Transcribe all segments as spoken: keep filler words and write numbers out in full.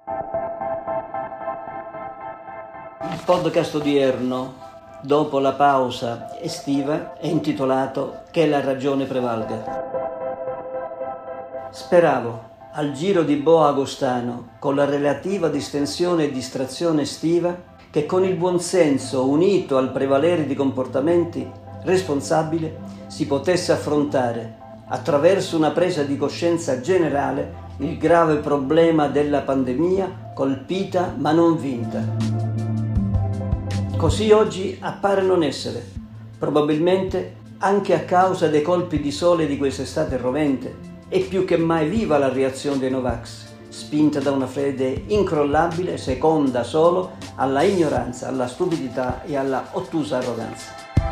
Il podcast odierno, dopo la pausa estiva, è intitolato Che la ragione prevalga. Speravo, al giro di boa agostano, con la relativa distensione e distrazione estiva, che con il buonsenso unito al prevalere di comportamenti responsabili si potesse affrontare, attraverso una presa di coscienza generale, il grave problema della pandemia colpita ma non vinta. Così oggi appare non essere, probabilmente anche a causa dei colpi di sole di quest'estate rovente. È più che mai viva la reazione dei Novax, spinta da una fede incrollabile, seconda solo alla ignoranza, alla stupidità e alla ottusa arroganza.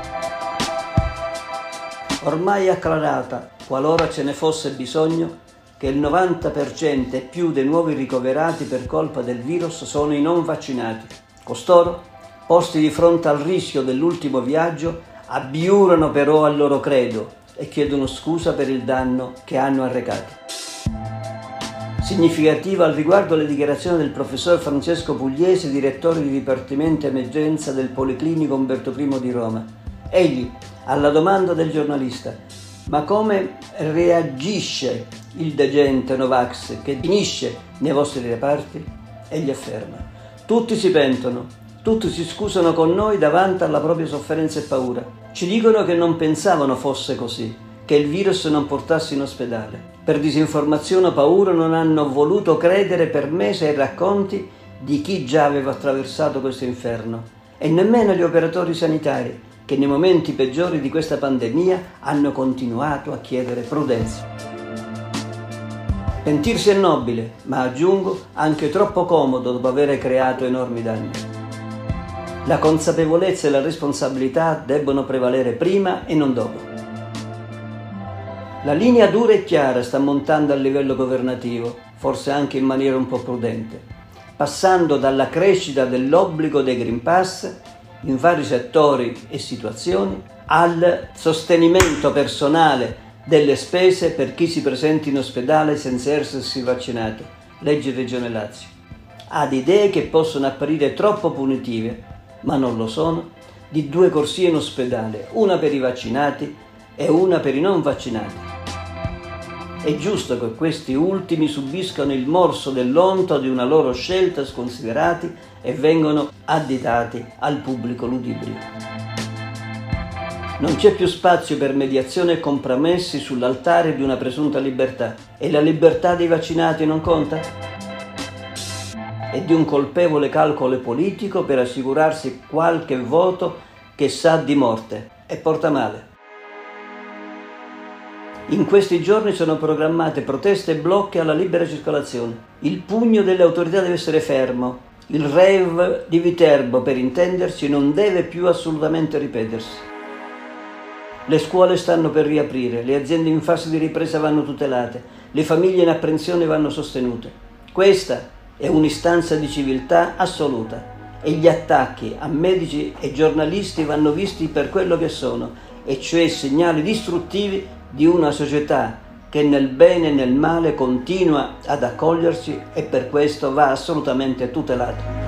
Ormai acclarata, qualora ce ne fosse bisogno, che il novanta per cento e più dei nuovi ricoverati per colpa del virus sono i non vaccinati. Costoro, posti di fronte al rischio dell'ultimo viaggio, abiurano però al loro credo e chiedono scusa per il danno che hanno arrecato. Significativa al riguardo le dichiarazioni del professor Francesco Pugliese, direttore di Dipartimento Emergenza del Policlinico Umberto primo di Roma. Egli, alla domanda del giornalista «Ma come reagisce il degente Novax che finisce nei vostri reparti?» Egli afferma «Tutti si pentono, tutti si scusano con noi davanti alla propria sofferenza e paura. Ci dicono che non pensavano fosse così, che il virus non portasse in ospedale. Per disinformazione o paura non hanno voluto credere per mesi ai racconti di chi già aveva attraversato questo inferno. E nemmeno gli operatori sanitari, che nei momenti peggiori di questa pandemia hanno continuato a chiedere prudenza. Pentirsi è nobile, ma aggiungo anche troppo comodo dopo aver creato enormi danni. La consapevolezza e la responsabilità debbono prevalere prima e non dopo. La linea dura e chiara sta montando a livello governativo, forse anche in maniera un po' prudente, passando dalla crescita dell'obbligo dei Green Pass in vari settori e situazioni al sostenimento personale delle spese per chi si presenta in ospedale senza essersi vaccinato, legge Regione Lazio, ad idee che possono apparire troppo punitive, ma non lo sono, di due corsie in ospedale, una per i vaccinati e una per i non vaccinati. È giusto che questi ultimi subiscano il morso dell'onta di una loro scelta sconsiderati e vengano additati al pubblico ludibrio. Non c'è più spazio per mediazione e compromessi sull'altare di una presunta libertà. E la libertà dei vaccinati non conta? E di un colpevole calcolo politico per assicurarsi qualche voto che sa di morte e porta male. In questi giorni sono programmate proteste e blocchi alla libera circolazione. Il pugno delle autorità deve essere fermo. Il rave di Viterbo, per intenderci, non deve più assolutamente ripetersi. Le scuole stanno per riaprire, le aziende in fase di ripresa vanno tutelate, le famiglie in apprensione vanno sostenute. Questa è un'istanza di civiltà assoluta e gli attacchi a medici e giornalisti vanno visti per quello che sono, e cioè segnali distruttivi di una società che nel bene e nel male continua ad accogliersi e per questo va assolutamente tutelata.